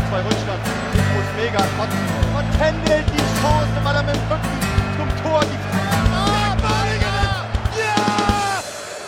2 Rückstand. Infos mega. Und händelt die Chance, weil er mit dem Rücken zum Tor Ja!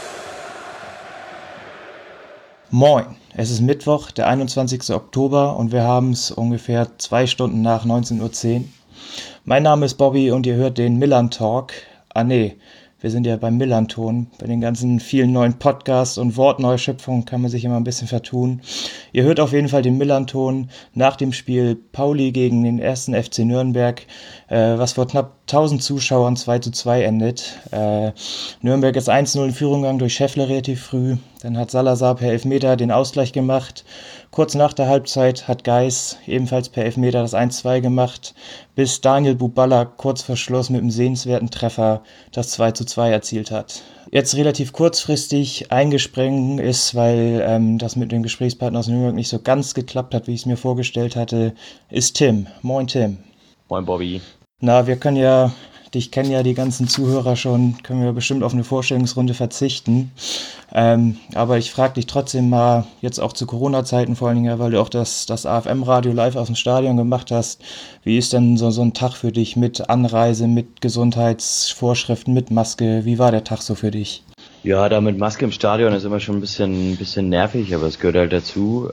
Moin, es ist Mittwoch, der 21. Oktober und wir haben es ungefähr 2 Stunden nach 19.10 Uhr. Mein Name ist Bobby und ihr hört den Millern Talk. Wir sind ja beim Millern-Ton. Bei den ganzen vielen neuen Podcasts und Wortneuschöpfungen kann man sich immer ein bisschen vertun. Ihr hört auf jeden Fall den Millern-Ton nach dem Spiel Pauli gegen den 1. FC Nürnberg, was vor knapp 1000 Zuschauern 2:2 endet. Nürnberg ist 1:0 in Führung gegangen durch Scheffler relativ früh. Dann hat Salazar per Elfmeter den Ausgleich gemacht. Kurz nach der Halbzeit hat Geis ebenfalls per Elfmeter das 1:2 gemacht, bis Daniel Buballa kurz vor Schluss mit einem sehenswerten Treffer das 2:2 erzielt hat. Jetzt relativ kurzfristig eingesprungen ist, weil das mit dem Gesprächspartner aus Nürnberg nicht so ganz geklappt hat, wie ich es mir vorgestellt hatte, ist Tim. Moin Tim. Moin Bobby. Na, dich kennen ja die ganzen Zuhörer schon, können wir bestimmt auf eine Vorstellungsrunde verzichten. Aber ich frage dich trotzdem mal, jetzt auch zu Corona-Zeiten vor allen Dingen, weil du auch das AFM-Radio live aus dem Stadion gemacht hast. Wie ist denn so ein Tag für dich mit Anreise, mit Gesundheitsvorschriften, mit Maske? Wie war der Tag so für dich? Ja, da mit Maske im Stadion ist immer schon ein bisschen nervig, aber es gehört halt dazu.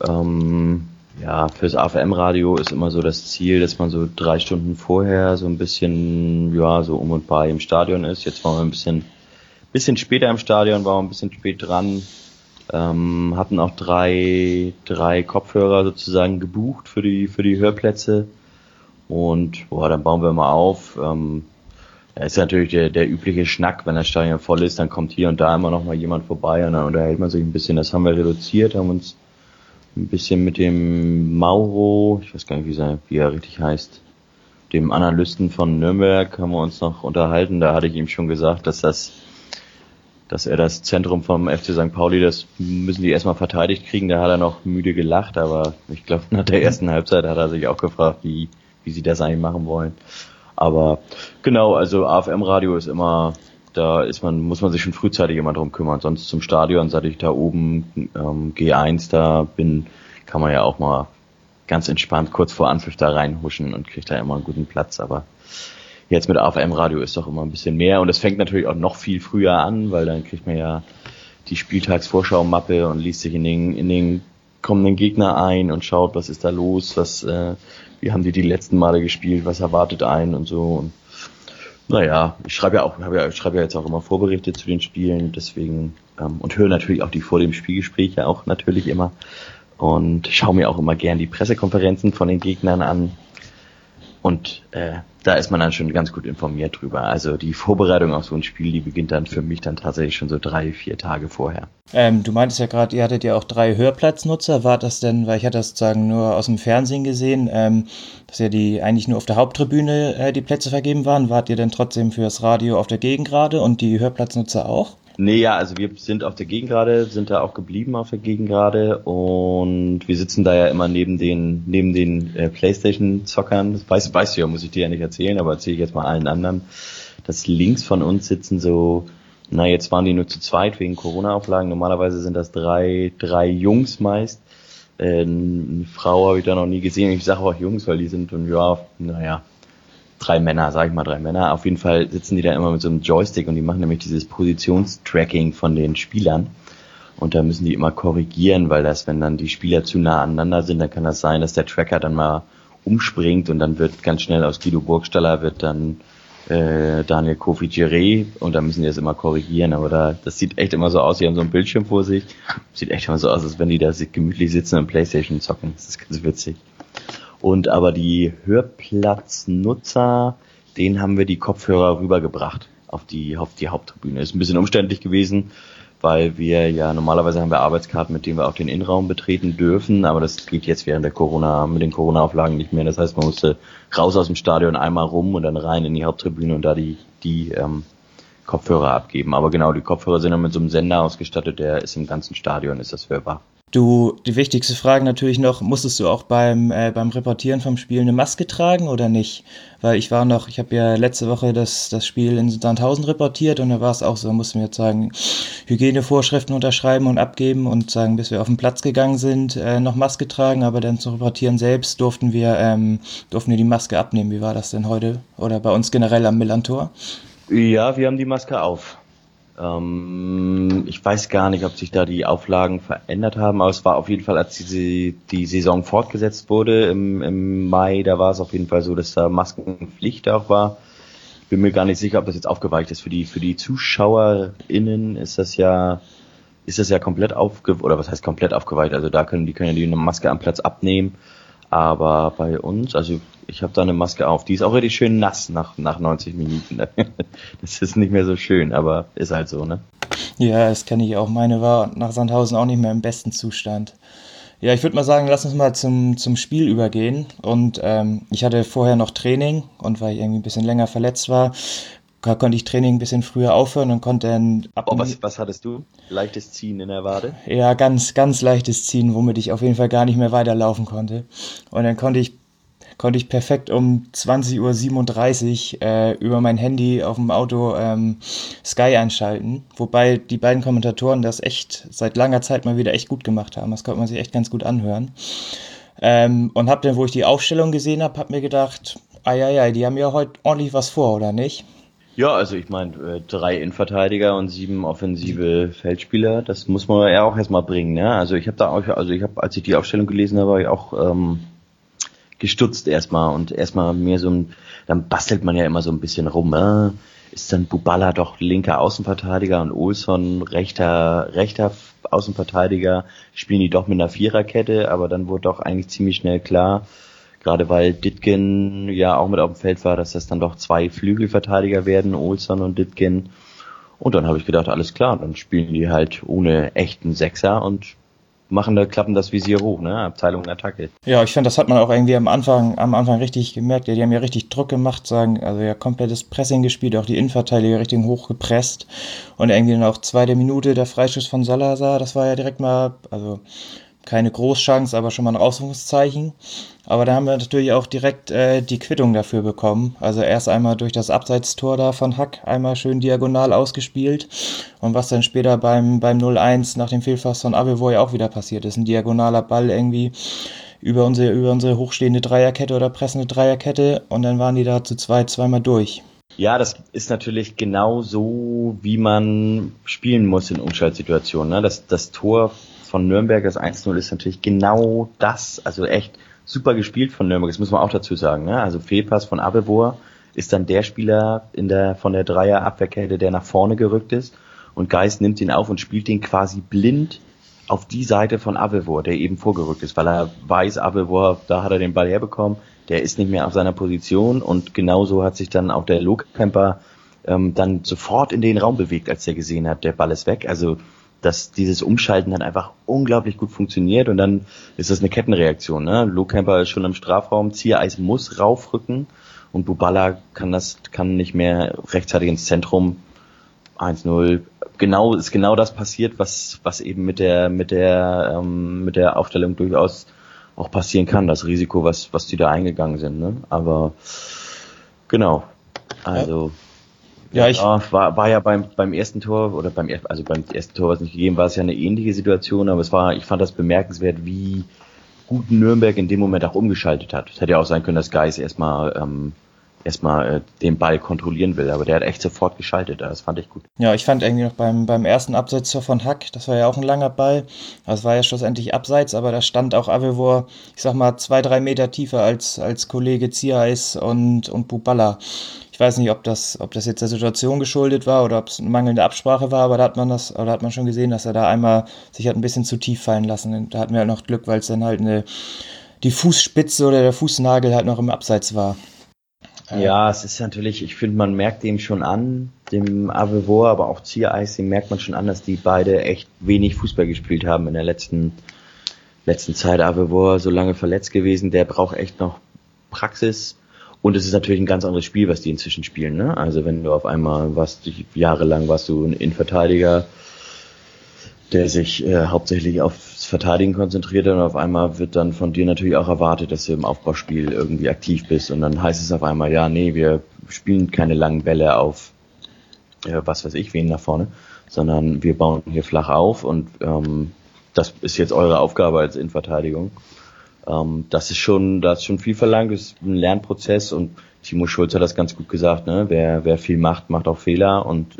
Fürs AFM-Radio ist immer so das Ziel, dass man so 3 Stunden vorher so ein bisschen, so um und bei im Stadion ist. Jetzt waren wir ein bisschen später im Stadion, waren wir ein bisschen spät dran, hatten auch drei Kopfhörer sozusagen gebucht für die Hörplätze und dann bauen wir mal auf. Ist natürlich der übliche Schnack, wenn das Stadion voll ist, dann kommt hier und da immer noch mal jemand vorbei und dann unterhält man sich ein bisschen. Das haben wir reduziert, haben uns ein bisschen mit dem Mauro, ich weiß gar nicht, wie er richtig heißt, dem Analysten von Nürnberg, haben wir uns noch unterhalten. Da hatte ich ihm schon gesagt, dass er das Zentrum vom FC St. Pauli, das müssen die erstmal verteidigt kriegen. Da hat er noch müde gelacht, aber ich glaube, nach der ersten Halbzeit hat er sich auch gefragt, wie sie das eigentlich machen wollen. Aber genau, also AFM-Radio ist immer, muss man sich schon frühzeitig immer drum kümmern. Sonst zum Stadion, seit ich da oben G1 da bin, kann man ja auch mal ganz entspannt kurz vor Anpfiff da reinhuschen und kriegt da immer einen guten Platz. Aber jetzt mit AFM-Radio ist doch immer ein bisschen mehr. Und es fängt natürlich auch noch viel früher an, weil dann kriegt man ja die Spieltagsvorschau-Mappe und liest sich in den kommenden Gegner ein und schaut, was ist da los, wie haben die letzten Male gespielt, was erwartet einen und so. Und ich schreibe ja jetzt auch immer Vorberichte zu den Spielen, deswegen und höre natürlich auch die vor dem Spielgespräche auch natürlich immer und schaue mir auch immer gern die Pressekonferenzen von den Gegnern an und da ist man dann schon ganz gut informiert drüber. Also die Vorbereitung auf so ein Spiel, die beginnt dann für mich dann tatsächlich schon so 3-4 Tage vorher. Du meintest ja gerade, ihr hattet ja auch 3 Hörplatznutzer. War das denn, weil ich hatte das sozusagen nur aus dem Fernsehen gesehen, dass ja die eigentlich nur auf der Haupttribüne die Plätze vergeben waren. Wart ihr denn trotzdem fürs Radio auf der Gegengrade und die Hörplatznutzer auch? Nee, ja, also wir sind auf der Gegengrade, sind da auch geblieben auf der Gegengrade und wir sitzen da ja immer neben den Playstation-Zockern. Das weißt du ja, muss ich dir ja nicht erzählen, aber erzähle ich jetzt mal allen anderen. Dass links von uns sitzen jetzt waren die nur zu zweit wegen Corona-Auflagen. Normalerweise sind das drei Jungs meist. Eine Frau habe ich da noch nie gesehen. Ich sage auch Jungs, weil die sind 3 Männer, sage ich mal 3 Männer. Auf jeden Fall sitzen die da immer mit so einem Joystick und die machen nämlich dieses Positionstracking von den Spielern. Und da müssen die immer korrigieren, weil wenn dann die Spieler zu nah aneinander sind, dann kann das sein, dass der Tracker dann mal umspringt und dann wird ganz schnell aus Guido Burgstaller wird dann Daniel Kofi-Giré und da müssen die das immer korrigieren. Aber das sieht echt immer so aus, die haben so einen Bildschirm vor sich. Sieht echt immer so aus, als wenn die da gemütlich sitzen und Playstation zocken. Das ist ganz witzig. Und aber die Hörplatznutzer, denen haben wir die Kopfhörer rübergebracht auf die Haupttribüne. Ist ein bisschen umständlich gewesen, weil wir ja normalerweise haben wir Arbeitskarten, mit denen wir auch den Innenraum betreten dürfen, aber das geht jetzt mit den Corona-Auflagen nicht mehr. Das heißt, man musste raus aus dem Stadion einmal rum und dann rein in die Haupttribüne und da die Kopfhörer abgeben. Aber genau, die Kopfhörer sind dann mit so einem Sender ausgestattet, der ist im ganzen Stadion, ist das hörbar. Du, die wichtigste Frage natürlich noch, musstest du auch beim Reportieren vom Spiel eine Maske tragen oder nicht? Weil ich habe ja letzte Woche das Spiel in Sandhausen reportiert und da war es auch so, mussten wir jetzt sagen, Hygienevorschriften unterschreiben und abgeben und sagen, bis wir auf den Platz gegangen sind, noch Maske tragen, aber dann zum Reportieren selbst durften wir die Maske abnehmen. Wie war das denn heute oder bei uns generell am Millantor? Ja, wir haben die Maske auf. Ich weiß gar nicht, ob sich da die Auflagen verändert haben, aber es war auf jeden Fall, als die Saison fortgesetzt wurde im Mai, da war es auf jeden Fall so, dass da Maskenpflicht auch war. Ich bin mir gar nicht sicher, ob das jetzt aufgeweicht ist. Für die ZuschauerInnen ist das ja komplett oder was heißt komplett aufgeweicht? Also die können ja die Maske am Platz abnehmen. Aber bei uns, also ich habe da eine Maske auf, die ist auch richtig schön nass nach 90 Minuten. Das ist nicht mehr so schön, aber ist halt so, ne? Ja, das kenne ich auch. Meine war nach Sandhausen auch nicht mehr im besten Zustand. Ja, ich würde mal sagen, lass uns mal zum Spiel übergehen. Und ich hatte vorher noch Training und weil ich irgendwie ein bisschen länger verletzt war, konnte ich Training ein bisschen früher aufhören und konnte dann Was hattest du? Leichtes Ziehen in der Wade? ja, ganz, ganz leichtes Ziehen, womit ich auf jeden Fall gar nicht mehr weiterlaufen konnte. Und dann konnte ich perfekt um 20:37 Uhr über mein Handy auf dem Auto Sky einschalten. Wobei die beiden Kommentatoren das echt seit langer Zeit mal wieder echt gut gemacht haben. Das konnte man sich echt ganz gut anhören. Und hab dann, wo ich die Aufstellung gesehen habe, hab mir gedacht, ei, die haben ja heute ordentlich was vor, oder nicht? Ja, also ich meine, 3 Innenverteidiger und 7 offensive Feldspieler, das muss man ja auch erstmal bringen, ne? Also als ich die Aufstellung gelesen habe, war ich auch gestutzt erstmal und erstmal dann bastelt man ja immer so ein bisschen rum, ist dann Bubala doch linker Außenverteidiger und Olsson rechter Außenverteidiger, spielen die doch mit einer Viererkette, aber dann wurde doch eigentlich ziemlich schnell klar, gerade weil Dittgen ja auch mit auf dem Feld war, dass das dann doch 2 Flügelverteidiger werden, Olsson und Dittgen. Und dann habe ich gedacht, alles klar, dann spielen die halt ohne echten Sechser und klappen das Visier hoch, ne? Abteilung Attacke. Ja, ich finde, das hat man auch irgendwie am Anfang richtig gemerkt. Ja, die haben ja richtig Druck gemacht, also ja komplettes Pressing gespielt, auch die Innenverteidiger richtig hoch gepresst. Und irgendwie dann auch 2. Minute der Freischuss von Salazar, das war ja direkt mal, also keine Großchance, aber schon mal ein Ausrufungszeichen. Aber da haben wir natürlich auch direkt die Quittung dafür bekommen. Also erst einmal durch das Abseitstor da von Hack, einmal schön diagonal ausgespielt. Und was dann später beim 0:1 nach dem Fehlpass von Abelvoy ja auch wieder passiert ist. Ein diagonaler Ball irgendwie über unsere hochstehende Dreierkette oder pressende Dreierkette. Und dann waren die da zu zweimal durch. Ja, das ist natürlich genau so, wie man spielen muss in Umschaltsituationen, ne? Das Tor von Nürnberg, das 1:0, ist natürlich genau das, also echt super gespielt von Nürnberg, das muss man auch dazu sagen, ne? Also Fehlpass von Abelvohr ist dann der Spieler von der Dreier-Abwehrkette, der nach vorne gerückt ist, und Geist nimmt ihn auf und spielt ihn quasi blind auf die Seite von Abelvohr, der eben vorgerückt ist, weil er weiß, Abelvohr, da hat er den Ball herbekommen, der ist nicht mehr auf seiner Position, und genauso hat sich dann auch der Lohkämper dann sofort in den Raum bewegt, als er gesehen hat, der Ball ist weg, also dieses Umschalten hat einfach unglaublich gut funktioniert, und dann ist das eine Kettenreaktion, ne? Lohkämper ist schon im Strafraum, Ziereis muss raufrücken und Bubala kann nicht mehr rechtzeitig ins Zentrum. 1:0. Ist genau das passiert, was eben mit der Aufstellung durchaus auch passieren kann, das Risiko, was die da eingegangen sind, ne? Aber genau. Also war ja beim ersten Tor oder beim ersten Tor, was nicht gegeben war, es ja eine ähnliche Situation, aber ich fand das bemerkenswert, wie gut Nürnberg in dem Moment auch umgeschaltet hat. Es hätte ja auch sein können, dass Geis erstmal den Ball kontrollieren will, aber der hat echt sofort geschaltet, das fand ich gut. Ja, ich fand irgendwie noch beim ersten Abseitstor von Hack, das war ja auch ein langer Ball, das war ja schlussendlich abseits, aber da stand auch Abelvohr, ich sag mal 2-3 Meter tiefer als Kollege Ziereis und Bubala. Ich weiß nicht, ob das jetzt der Situation geschuldet war oder ob es eine mangelnde Absprache war, aber da hat man schon gesehen, dass er da einmal sich hat ein bisschen zu tief fallen lassen. Und da hatten wir halt noch Glück, weil es dann halt die Fußspitze oder der Fußnagel halt noch im Abseits war. Ja, es ist natürlich, ich finde, man merkt dem schon an, dem Abelvohr, aber auch Ziereis, dem merkt man schon an, dass die beide echt wenig Fußball gespielt haben in der letzten Zeit. Abelvohr so lange verletzt gewesen, der braucht echt noch Praxis. Und es ist natürlich ein ganz anderes Spiel, was die inzwischen spielen, ne? Also wenn du auf einmal jahrelang warst du ein Innenverteidiger, der sich hauptsächlich aufs Verteidigen konzentriert und auf einmal wird dann von dir natürlich auch erwartet, dass du im Aufbauspiel irgendwie aktiv bist und dann heißt es auf einmal, ja, nee, wir spielen keine langen Bälle auf was weiß ich wen nach vorne, sondern wir bauen hier flach auf und das ist jetzt eure Aufgabe als Innenverteidigung. Da ist schon viel verlangt, das ist ein Lernprozess und Timo Schulz hat das ganz gut gesagt, ne? Wer viel macht, macht auch Fehler und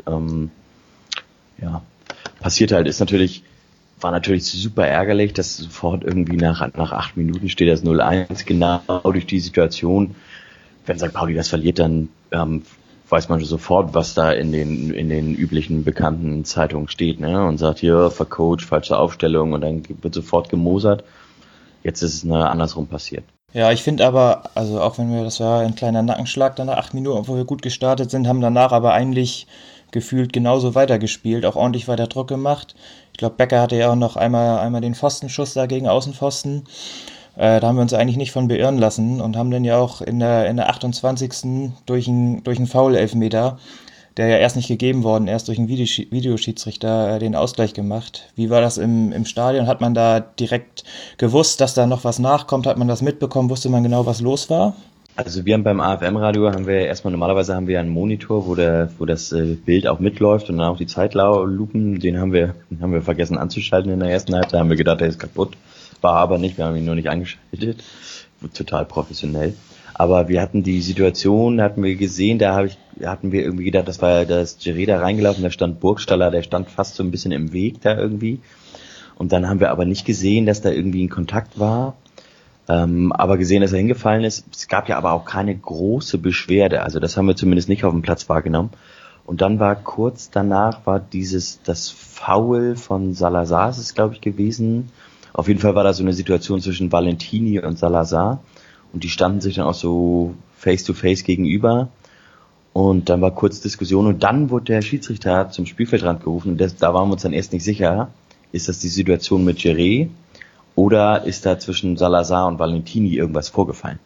passiert halt, war natürlich super ärgerlich, dass sofort irgendwie nach 8 Minuten steht das 0-1, genau durch die Situation. Wenn St. Pauli das verliert, dann weiß man sofort, was da in den üblichen bekannten Zeitungen steht, ne? Und sagt hier, vercoacht, falsche Aufstellung und dann wird sofort gemosert. Jetzt ist es andersrum passiert. Ja, ich finde aber, also auch wenn das war ein kleiner Nackenschlag dann nach 8 Minuten, obwohl wir gut gestartet sind, haben danach aber eigentlich gefühlt genauso weitergespielt, auch ordentlich weiter Druck gemacht. Ich glaube, Becker hatte ja auch noch einmal den Pfostenschuss da gegen Außenpfosten. Da haben wir uns eigentlich nicht von beirren lassen und haben dann ja auch in der 28. durch einen Foul-Elfmeter, der ja erst nicht gegeben worden, erst durch einen Videoschiedsrichter den Ausgleich gemacht. Wie war das im Stadion? Hat man da direkt gewusst, dass da noch was nachkommt? Hat man das mitbekommen? Wusste man genau, was los war? Also wir haben beim AFM-Radio normalerweise haben wir einen Monitor, wo das Bild auch mitläuft und dann auch die Zeitlupen, den haben wir vergessen anzuschalten in der ersten Halbzeit, da haben wir gedacht, der ist kaputt, war aber nicht, wir haben ihn nur nicht angeschaltet, total professionell. Aber wir hatten die Situation, hatten wir gesehen, hatten wir irgendwie gedacht, das war das Geré da reingelaufen, da stand Burgstaller, der stand fast so ein bisschen im Weg da irgendwie. Und dann haben wir aber nicht gesehen, dass da irgendwie ein Kontakt war. Aber gesehen, dass er hingefallen ist. Es gab ja aber auch keine große Beschwerde. Also das haben wir zumindest nicht auf dem Platz wahrgenommen. Und dann war kurz danach das Foul von Salazar, ist es glaube ich gewesen. Auf jeden Fall war da so eine Situation zwischen Valentini und Salazar. Und die standen sich dann auch so face to face gegenüber. Und dann war kurz Diskussion und dann wurde der Schiedsrichter zum Spielfeldrand gerufen. Und da waren wir uns dann erst nicht sicher, ist das die Situation mit Geré? Oder ist da zwischen Salazar und Valentini irgendwas vorgefallen?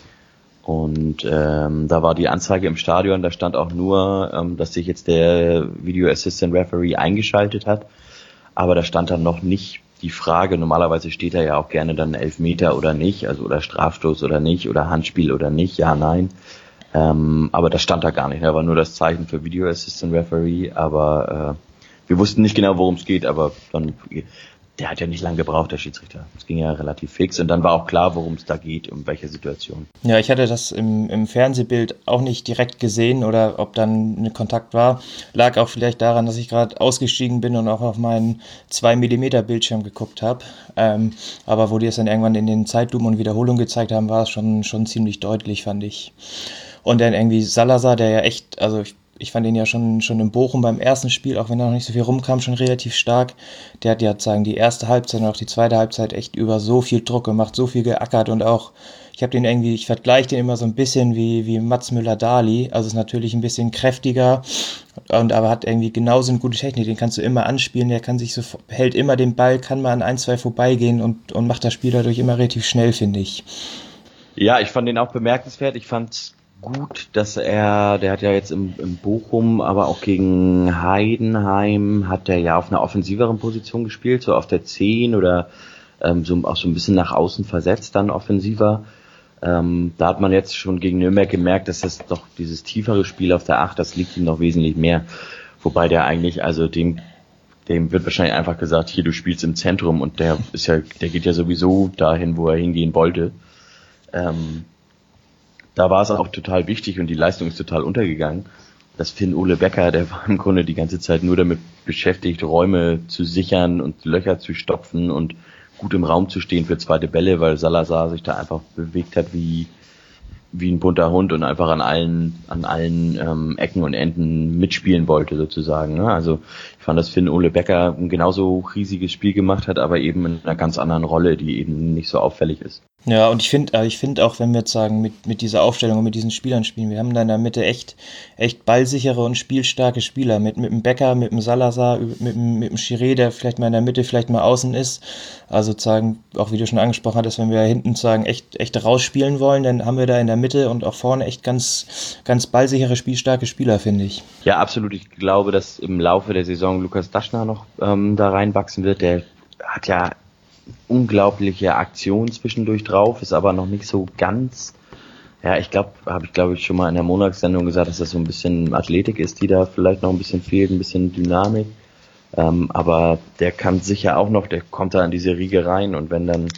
Und da war die Anzeige im Stadion, da stand auch nur, dass sich jetzt der Video Assistant Referee eingeschaltet hat. Aber da stand dann noch nicht die Frage, normalerweise steht da ja auch gerne dann Elfmeter oder nicht, also oder Strafstoß oder nicht, oder Handspiel oder nicht, ja, nein. Aber das stand da gar nicht, da war nur das Zeichen für Video Assistant Referee, aber wir wussten nicht genau, worum es geht, aber dann... Der hat ja nicht lange gebraucht, der Schiedsrichter. Es ging ja relativ fix und dann war auch klar, worum es da geht, um welche Situation. Ja, ich hatte das im Fernsehbild auch nicht direkt gesehen oder ob dann ein Kontakt war. Lag auch vielleicht daran, dass ich gerade ausgestiegen bin und auch auf meinen 2 mm Bildschirm geguckt habe. Aber wo die es dann irgendwann in den Zeitlupen und Wiederholungen gezeigt haben, war es schon ziemlich deutlich, fand ich. Und dann irgendwie Salazar, der ja echt, also ich fand ihn ja schon in Bochum beim ersten Spiel, auch wenn er noch nicht so viel rumkam, schon relativ stark. Der hat ja sagen die erste Halbzeit und auch die zweite Halbzeit echt über so viel Druck gemacht, so viel geackert und auch, ich vergleiche den immer so ein bisschen wie Mats Müller-Dali, also ist natürlich ein bisschen kräftiger aber hat irgendwie genauso eine gute Technik, den kannst du immer anspielen, der hält immer den Ball, kann mal an 1-2 vorbeigehen und macht das Spiel dadurch immer relativ schnell, finde ich. Ja, ich fand den auch bemerkenswert, ich fand gut, dass der hat ja jetzt im Bochum, aber auch gegen Heidenheim hat er ja auf einer offensiveren Position gespielt, so auf der 10 oder auch so ein bisschen nach außen versetzt, dann offensiver. Da hat man jetzt schon gegen Nürnberg gemerkt, dass das doch dieses tiefere Spiel auf der 8, das liegt ihm noch wesentlich mehr. Wobei der eigentlich, also dem wird wahrscheinlich einfach gesagt, hier, du spielst im Zentrum und der geht ja sowieso dahin, wo er hingehen wollte. Da war es auch total wichtig und die Leistung ist total untergegangen. Das Finn Ole Becker, der war im Grunde die ganze Zeit nur damit beschäftigt, Räume zu sichern und Löcher zu stopfen und gut im Raum zu stehen für zweite Bälle, weil Salazar sich da einfach bewegt hat wie ein bunter Hund und einfach an allen Ecken und Enden mitspielen wollte sozusagen. Ne? Also ich fand, dass Finn Ole Becker ein genauso riesiges Spiel gemacht hat, aber eben in einer ganz anderen Rolle, die eben nicht so auffällig ist. Ja, und ich finde auch, wenn wir jetzt sagen, mit dieser Aufstellung und mit diesen Spielern spielen, wir haben da in der Mitte echt ballsichere und spielstarke Spieler. Mit dem Becker, mit dem Salazar, mit dem Chiré, der vielleicht mal in der Mitte, vielleicht mal außen ist. Also sozusagen, auch wie du schon angesprochen hattest, wenn wir hinten sagen, echt rausspielen wollen, dann haben wir da in der Mitte und auch vorne echt ganz ballsichere, spielstarke Spieler, finde ich. Ja, absolut. Ich glaube, dass im Laufe der Saison Lukas Daschner noch da reinwachsen wird. Der hat ja unglaubliche Aktion zwischendurch drauf, ist aber noch nicht so ganz, ja, habe ich schon mal in der Monatssendung gesagt, dass das so ein bisschen Athletik ist, die da vielleicht noch ein bisschen fehlt, ein bisschen Dynamik, aber der kann sicher auch noch, der kommt da in diese Riege rein und wenn dann,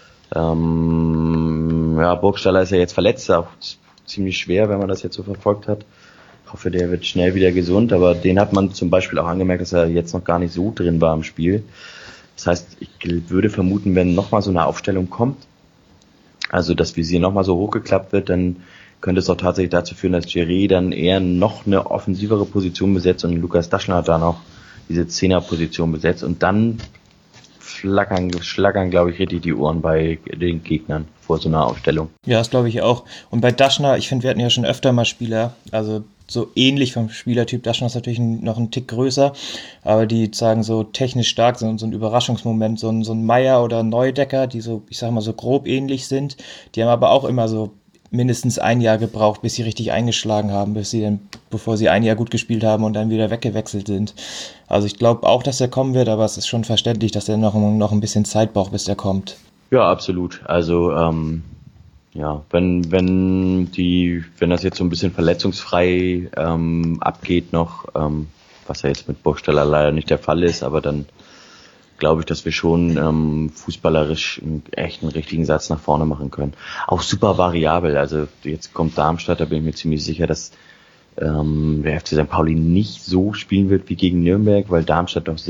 ja, Burgstaller ist ja jetzt verletzt, auch ziemlich schwer, wenn man das jetzt so verfolgt hat. Ich hoffe, der wird schnell wieder gesund, aber den hat man zum Beispiel auch angemerkt, dass er jetzt noch gar nicht so drin war im Spiel. Das heißt, ich würde vermuten, wenn nochmal so eine Aufstellung kommt, also das Visier nochmal so hochgeklappt wird, dann könnte es auch tatsächlich dazu führen, dass Chiré dann eher noch eine offensivere Position besetzt und Lukas Daschner hat dann auch diese Zehnerposition besetzt und dann schlackern, glaube ich, richtig die Ohren bei den Gegnern vor so einer Aufstellung. Ja, das glaube ich auch. Und bei Daschner, ich finde, wir hatten ja schon öfter mal Spieler, also so ähnlich vom Spielertyp. Daschner ist natürlich noch ein Tick größer, aber die sagen so technisch stark sind, so ein Überraschungsmoment, so ein Meier oder ein Neudecker, die so, ich sag mal, so grob ähnlich sind. Die haben aber auch immer so mindestens ein Jahr gebraucht, bis sie richtig eingeschlagen haben, bevor sie ein Jahr gut gespielt haben und dann wieder weggewechselt sind. Also ich glaube auch, dass er kommen wird, aber es ist schon verständlich, dass er noch ein bisschen Zeit braucht, bis er kommt. Ja, absolut. Also ja, wenn das jetzt so ein bisschen verletzungsfrei abgeht noch, was ja jetzt mit Burgstaller leider nicht der Fall ist, aber dann glaube ich, dass wir schon fußballerisch echt einen richtigen Satz nach vorne machen können. Auch super variabel. Also jetzt kommt Darmstadt, da bin ich mir ziemlich sicher, dass der FC St. Pauli nicht so spielen wird wie gegen Nürnberg, weil Darmstadt doch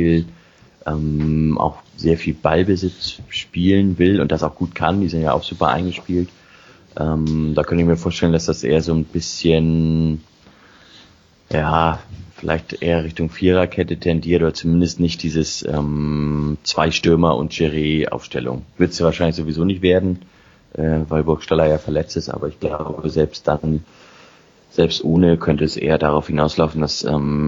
auch sehr viel Ballbesitz spielen will und das auch gut kann. Die sind ja auch super eingespielt. Da könnte ich mir vorstellen, dass das eher so ein bisschen, ja, vielleicht eher Richtung Viererkette tendiert oder zumindest nicht dieses zwei Stürmer und Chiré-Aufstellung. Wird es wahrscheinlich sowieso nicht werden, weil Burgstaller ja verletzt ist, aber ich glaube, selbst ohne könnte es eher darauf hinauslaufen, dass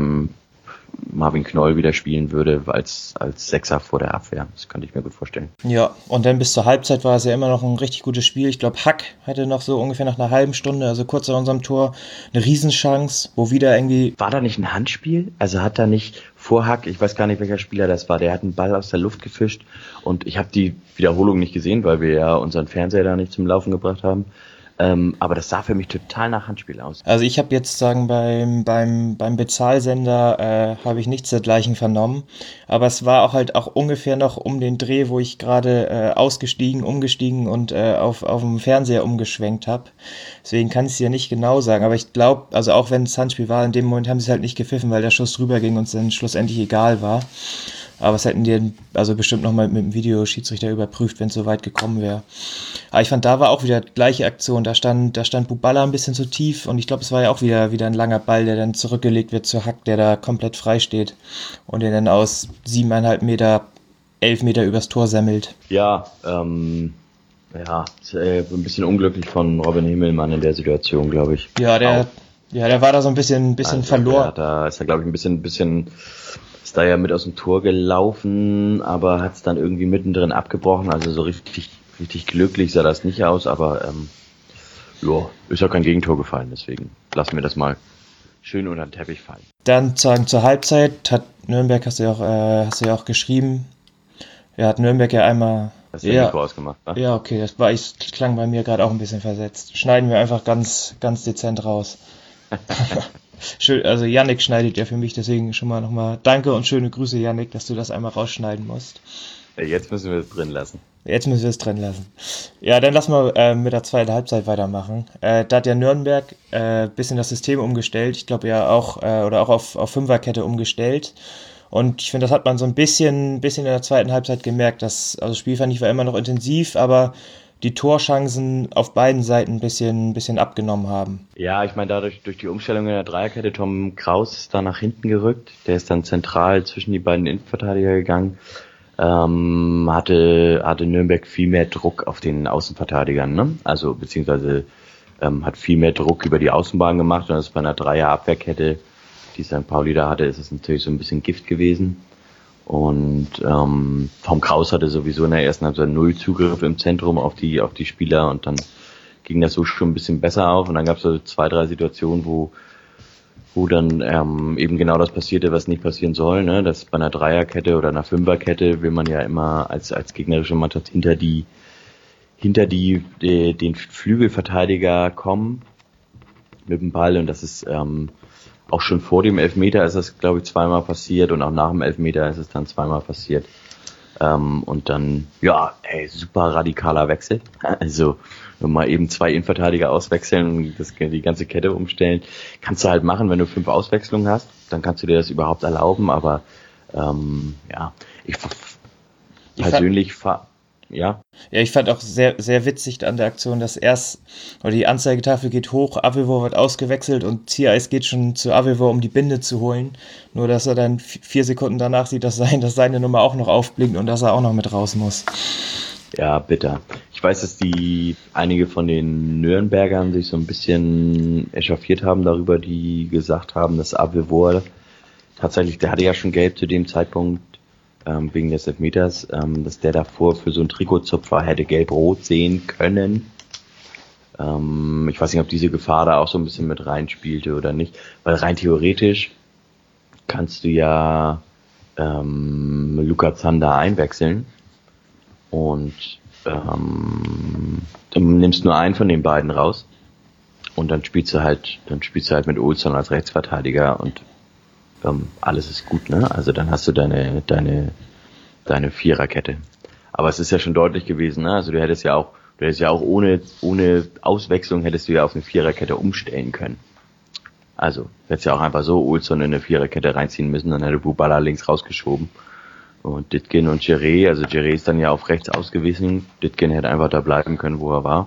Marvin Knoll wieder spielen würde als Sechser vor der Abwehr. Das könnte ich mir gut vorstellen. Ja, und dann bis zur Halbzeit war es ja immer noch ein richtig gutes Spiel. Ich glaube, Hack hatte noch so ungefähr nach einer halben Stunde, also kurz nach unserem Tor, eine Riesenchance, wo wieder irgendwie... War da nicht ein Handspiel? Also hat da nicht vor Hack, ich weiß gar nicht, welcher Spieler das war, der hat einen Ball aus der Luft gefischt und ich habe die Wiederholung nicht gesehen, weil wir ja unseren Fernseher da nicht zum Laufen gebracht haben. Aber das sah für mich total nach Handspiel aus. Also ich habe jetzt sagen, beim Bezahlsender habe ich nichts dergleichen vernommen, aber es war auch halt auch ungefähr noch um den Dreh, wo ich gerade umgestiegen und auf dem Fernseher umgeschwenkt habe. Deswegen kann ich es ja nicht genau sagen, aber ich glaube, also auch wenn es Handspiel war, in dem Moment haben sie es halt nicht gepfiffen, weil der Schuss drüber ging und es dann schlussendlich egal war. Aber es hätten die also bestimmt nochmal mit dem Videoschiedsrichter überprüft, wenn es so weit gekommen wäre. Aber ich fand, da war auch wieder die gleiche Aktion. Da stand Buballa ein bisschen zu tief und ich glaube, es war ja auch wieder ein langer Ball, der dann zurückgelegt wird zu Hack, der da komplett frei steht und den dann aus 7,5 Meter, 11 Meter übers Tor semmelt. Ja, ein bisschen unglücklich von Robin Himmelmann in der Situation, glaube ich. Ja, der war da so ein bisschen also, verloren. Da ist er, glaube ich, ein bisschen ist da ja mit aus dem Tor gelaufen, aber hat es dann irgendwie mittendrin abgebrochen. Also so richtig glücklich sah das nicht aus, aber ist ja kein Gegentor gefallen, deswegen lassen wir das mal schön unter den Teppich fallen. Dann sagen zur Halbzeit hat Nürnberg, hast du ja auch geschrieben, hat Nürnberg ja einmal... Hast du ja Mikro ausgemacht, ne? Ja, okay, klang bei mir gerade auch ein bisschen versetzt. Schneiden wir einfach ganz, ganz dezent raus. Schön, also Yannick schneidet ja für mich, deswegen schon mal nochmal danke und schöne Grüße, Yannick, dass du das einmal rausschneiden musst. Jetzt müssen wir es drin lassen. Ja, dann lassen wir mit der zweiten Halbzeit weitermachen. Da hat ja Nürnberg bisschen das System umgestellt. Ich glaube ja auch, oder auch auf Fünferkette umgestellt. Und ich finde, das hat man so ein bisschen in der zweiten Halbzeit gemerkt, dass, also das Spiel fand ich war immer noch intensiv, aber die Torchancen auf beiden Seiten ein bisschen abgenommen haben. Ja, ich meine, durch die Umstellung in der Dreierkette, Tom Kraus ist da nach hinten gerückt. Der ist dann zentral zwischen die beiden Innenverteidiger gegangen. hatte Nürnberg viel mehr Druck auf den Außenverteidigern, ne? Also beziehungsweise hat viel mehr Druck über die Außenbahn gemacht und das ist bei einer Dreier-Abwehrkette, die St. Pauli da hatte, ist es natürlich so ein bisschen Gift gewesen. Und Tom Kraus hatte sowieso in der ersten Halbzeit 0 Zugriff im Zentrum auf die Spieler und dann ging das so schon ein bisschen besser auf und dann gab es so 2, 3 Situationen, wo dann eben genau das passierte, was nicht passieren soll, ne? Dass bei einer Dreierkette oder einer Fünferkette will man ja immer als gegnerische Mannschaft hinter den Flügelverteidiger kommen mit dem Ball und das ist auch schon vor dem Elfmeter ist das, glaube ich, zweimal passiert und auch nach dem Elfmeter ist es dann zweimal passiert. Und dann, super radikaler Wechsel. Also, wenn mal eben 2 Innenverteidiger auswechseln und die ganze Kette umstellen, kannst du halt machen, wenn du 5 Auswechslungen hast, dann kannst du dir das überhaupt erlauben, aber ich persönlich Ja, ich fand auch sehr, sehr witzig an der Aktion, dass die Anzeigetafel geht hoch, Avevo wird ausgewechselt und Ziereis geht schon zu Avevo, um die Binde zu holen. Nur, dass er dann 4 Sekunden danach sieht, dass seine Nummer auch noch aufblinkt und dass er auch noch mit raus muss. Ja, bitter. Ich weiß, dass einige von den Nürnbergern sich so ein bisschen echauffiert haben darüber, die gesagt haben, dass Avevo tatsächlich, der hatte ja schon gelb zu dem Zeitpunkt, wegen des Elfmeters, dass der davor für so einen Trikotzupfer hätte gelb-rot sehen können. Ich weiß nicht, ob diese Gefahr da auch so ein bisschen mit reinspielte oder nicht, weil rein theoretisch kannst du ja Luca Zander einwechseln und du nimmst nur einen von den beiden raus und dann spielst du halt mit Olsson als Rechtsverteidiger und alles ist gut, ne? Also dann hast du deine Viererkette. Aber es ist ja schon deutlich gewesen, ne? Also du hättest ja auch ohne Auswechslung hättest du ja auf eine Viererkette umstellen können. Also, du hättest ja auch einfach so Olsson in eine Viererkette reinziehen müssen, dann hätte Bubala links rausgeschoben. Und Ditgen und Geré, also Geré ist dann ja auf rechts ausgewichen, Ditgen hätte einfach da bleiben können, wo er war.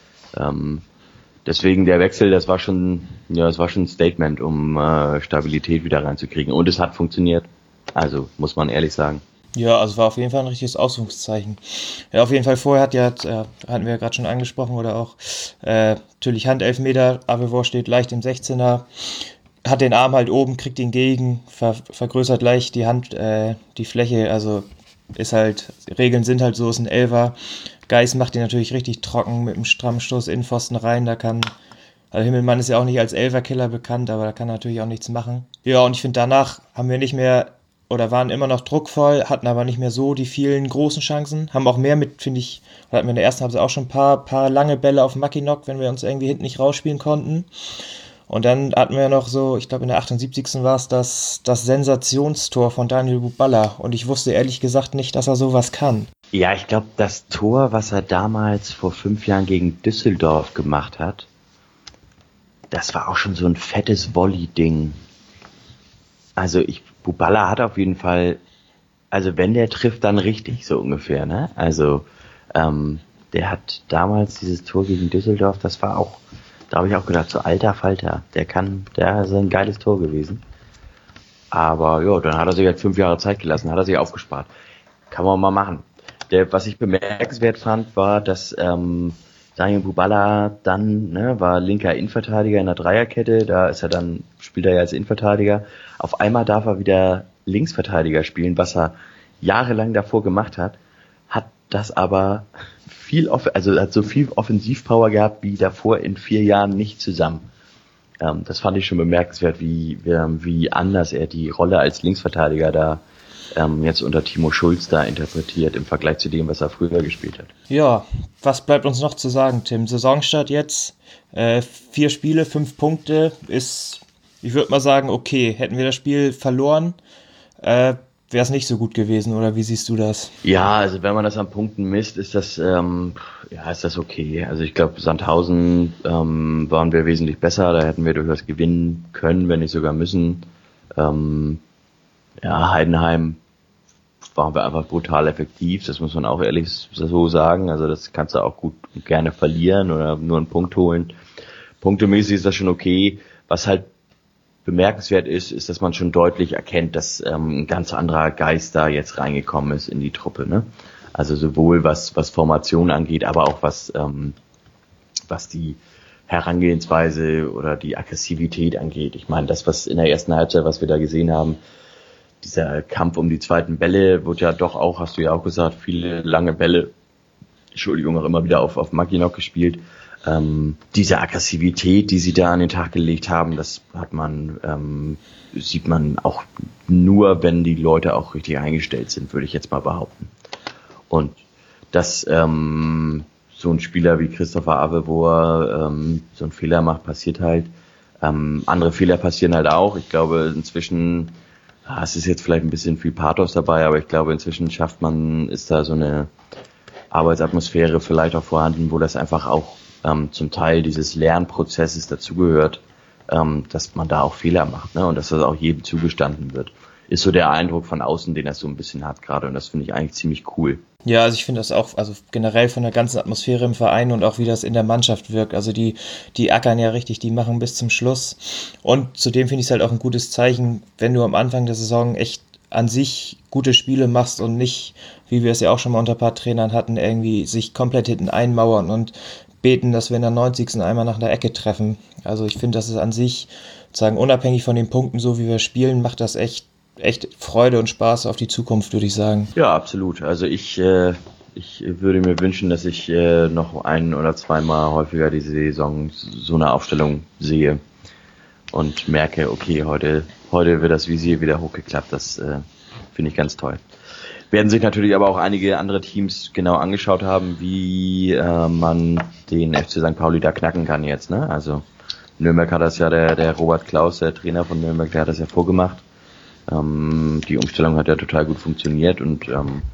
Deswegen der Wechsel, das war schon ein Statement, um Stabilität wieder reinzukriegen. Und es hat funktioniert. Also, muss man ehrlich sagen. Ja, also war auf jeden Fall ein richtiges Ausrufungszeichen. Ja, auf jeden Fall vorher hatten wir ja gerade schon angesprochen, oder auch natürlich Handelfmeter, Avevo steht leicht im 16er, hat den Arm halt oben, kriegt ihn gegen, vergrößert leicht die Hand, die Fläche, also Regeln sind halt so, ist ein Elfer. Geis macht ihn natürlich richtig trocken mit einem strammen Stoß in den Pfosten rein, also Himmelmann ist ja auch nicht als Elferkiller bekannt, aber da kann er natürlich auch nichts machen. Ja, und ich finde, danach haben wir nicht mehr oder waren immer noch druckvoll, hatten aber nicht mehr so die vielen großen Chancen, haben auch mehr hatten wir in der ersten Halbzeit auch schon ein paar lange Bälle auf Mackinock, wenn wir uns irgendwie hinten nicht rausspielen konnten. Und dann hatten wir noch so, ich glaube in der 78. war es das Sensationstor von Daniel Bubala und ich wusste ehrlich gesagt nicht, dass er sowas kann. Ja, ich glaube, das Tor, was er damals vor 5 Jahren gegen Düsseldorf gemacht hat, das war auch schon so ein fettes Volley-Ding. Also Bubala hat auf jeden Fall, also wenn der trifft, dann richtig, so ungefähr, ne? Also, der hat damals dieses Tor gegen Düsseldorf, das war auch, da habe ich auch gedacht, so alter Falter, der ist ein geiles Tor gewesen. Aber ja, dann hat er sich halt 5 Jahre Zeit gelassen, hat er sich aufgespart. Kann man mal machen. Was ich bemerkenswert fand, war, dass Daniel Bubala dann, war linker Innenverteidiger in der Dreierkette, spielt er ja als Innenverteidiger. Auf einmal darf er wieder Linksverteidiger spielen, was er jahrelang davor gemacht hat das aber hat so viel Offensivpower gehabt wie davor in 4 Jahren nicht zusammen. Das fand ich schon bemerkenswert, wie anders er die Rolle als Linksverteidiger da jetzt unter Timo Schulz da interpretiert im Vergleich zu dem, was er früher gespielt hat. Ja, was bleibt uns noch zu sagen, Tim? Saisonstart jetzt, 4 Spiele, 5 Punkte ist, ich würde mal sagen, okay. Hätten wir das Spiel verloren, wäre es nicht so gut gewesen, oder wie siehst du das? Ja, also wenn man das an Punkten misst, ist das okay. Also ich glaube, Sandhausen waren wir wesentlich besser, da hätten wir durchaus gewinnen können, wenn nicht sogar müssen. Heidenheim waren wir einfach brutal effektiv, das muss man auch ehrlich so sagen. Also das kannst du auch gut und gerne verlieren oder nur einen Punkt holen. Punktemäßig ist das schon okay. Was halt bemerkenswert ist, dass man schon deutlich erkennt, dass ein ganz anderer Geist da jetzt reingekommen ist in die Truppe, ne? Also sowohl was Formation angeht, aber auch was die Herangehensweise oder die Aggressivität angeht. Ich meine, das, was in der ersten Halbzeit, was wir da gesehen haben, dieser Kampf um die zweiten Bälle, wird ja doch auch, hast du ja auch gesagt, viele lange Bälle, Entschuldigung, auch immer wieder auf Mackinock gespielt. Diese Aggressivität, die sie da an den Tag gelegt haben, das sieht man auch nur, wenn die Leute auch richtig eingestellt sind, würde ich jetzt mal behaupten. Und dass so ein Spieler wie Christopher Awe, wo er so einen Fehler macht, passiert halt. Andere Fehler passieren halt auch. Ich glaube inzwischen, es ist jetzt vielleicht ein bisschen viel Pathos dabei, aber ich glaube inzwischen ist da so eine Arbeitsatmosphäre vielleicht auch vorhanden, wo das einfach auch zum Teil dieses Lernprozesses dazugehört, dass man da auch Fehler macht, ne? Und dass das auch jedem zugestanden wird. Ist so der Eindruck von außen, den er so ein bisschen hat gerade, und das finde ich eigentlich ziemlich cool. Ja, also ich finde das auch, also generell von der ganzen Atmosphäre im Verein und auch wie das in der Mannschaft wirkt. Also die ackern ja richtig, die machen bis zum Schluss. Und zudem finde ich es halt auch ein gutes Zeichen, wenn du am Anfang der Saison echt an sich gute Spiele machst und nicht, wie wir es ja auch schon mal unter ein paar Trainern hatten, irgendwie sich komplett hinten einmauern und beten, dass wir in der 90. einmal nach einer Ecke treffen. Also ich finde, das ist an sich, sozusagen unabhängig von den Punkten, so wie wir spielen, macht das echt Freude und Spaß auf die Zukunft, würde ich sagen. Ja, absolut. Also ich würde mir wünschen, dass ich noch ein- oder zweimal häufiger diese Saison so eine Aufstellung sehe und merke, okay, heute wird das Visier wieder hochgeklappt. Das finde ich ganz toll. Werden sich natürlich aber auch einige andere Teams genau angeschaut haben, wie man den FC St. Pauli da knacken kann jetzt, ne? Also Nürnberg hat das ja, der Robert Klaus, der Trainer von Nürnberg, der hat das ja vorgemacht. Die Umstellung hat ja total gut funktioniert und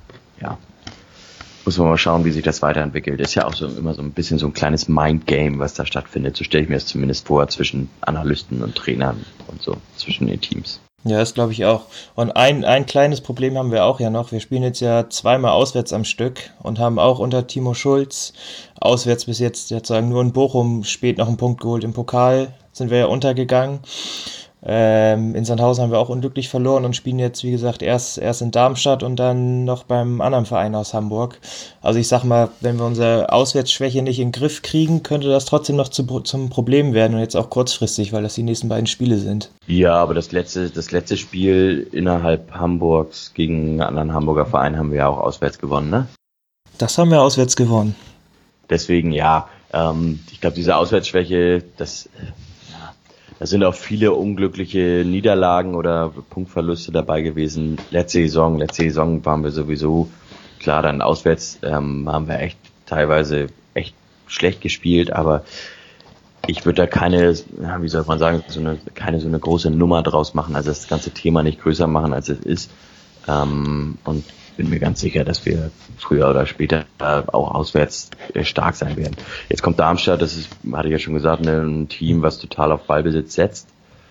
muss man mal schauen, wie sich das weiterentwickelt. Ist ja auch so immer so ein bisschen so ein kleines Mindgame, was da stattfindet. So stelle ich mir das zumindest vor, zwischen Analysten und Trainern und so, zwischen den Teams. Ja, das glaube ich auch. Und ein kleines Problem haben wir auch ja noch. Wir spielen jetzt ja zweimal auswärts am Stück und haben auch unter Timo Schulz auswärts bis jetzt sozusagen nur in Bochum spät noch einen Punkt geholt. Im Pokal sind wir ja untergegangen. In Sandhausen haben wir auch unglücklich verloren und spielen jetzt, wie gesagt, erst in Darmstadt und dann noch beim anderen Verein aus Hamburg. Also ich sag mal, wenn wir unsere Auswärtsschwäche nicht in den Griff kriegen, könnte das trotzdem noch zum Problem werden und jetzt auch kurzfristig, weil das die nächsten beiden Spiele sind. Ja, aber das letzte Spiel innerhalb Hamburgs gegen einen anderen Hamburger Verein haben wir ja auch auswärts gewonnen, ne? Das haben wir auswärts gewonnen. Deswegen, ja, ich glaube, diese Auswärtsschwäche, da sind auch viele unglückliche Niederlagen oder Punktverluste dabei gewesen. Letzte Saison waren wir sowieso, klar, dann auswärts haben wir echt teilweise echt schlecht gespielt, aber ich würde da keine so eine große Nummer draus machen, also das ganze Thema nicht größer machen, als es ist. Und bin mir ganz sicher, dass wir früher oder später auch auswärts stark sein werden. Jetzt kommt Darmstadt, das ist, hatte ich ja schon gesagt, ein Team, was total auf Ballbesitz setzt.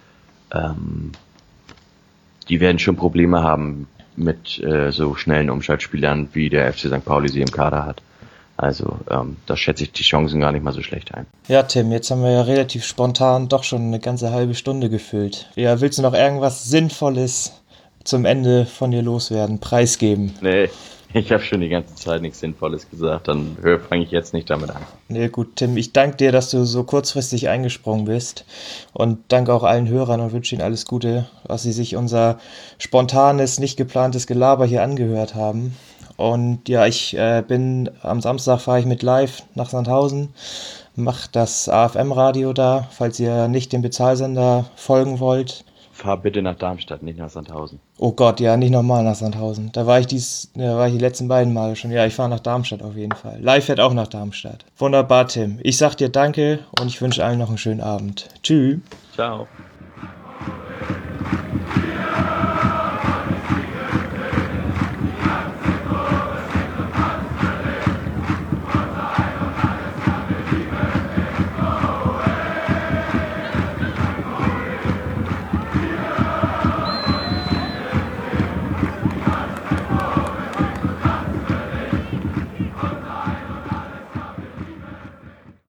Die werden schon Probleme haben mit so schnellen Umschaltspielern, wie der FC St. Pauli sie im Kader hat. Also da schätze ich die Chancen gar nicht mal so schlecht ein. Ja, Tim, jetzt haben wir ja relativ spontan doch schon eine ganze halbe Stunde gefüllt. Ja, willst du noch irgendwas Sinnvolles zum Ende von dir loswerden, preisgeben? Nee, ich habe schon die ganze Zeit nichts Sinnvolles gesagt, dann fange ich jetzt nicht damit an. Nee, gut, Tim, ich danke dir, dass du so kurzfristig eingesprungen bist und danke auch allen Hörern und wünsche ihnen alles Gute, dass sie sich unser spontanes, nicht geplantes Gelaber hier angehört haben. Und ja, am Samstag fahre ich mit live nach Sandhausen, mache das AFM-Radio da, falls ihr nicht dem Bezahlsender folgen wollt. Fahr bitte nach Darmstadt, nicht nach Sandhausen. Oh Gott, ja, nicht nochmal nach Sandhausen. Da war ich die letzten beiden Male schon. Ja, ich fahre nach Darmstadt auf jeden Fall. Live fährt auch nach Darmstadt. Wunderbar, Tim. Ich sag dir danke und ich wünsche allen noch einen schönen Abend. Tschüss. Ciao.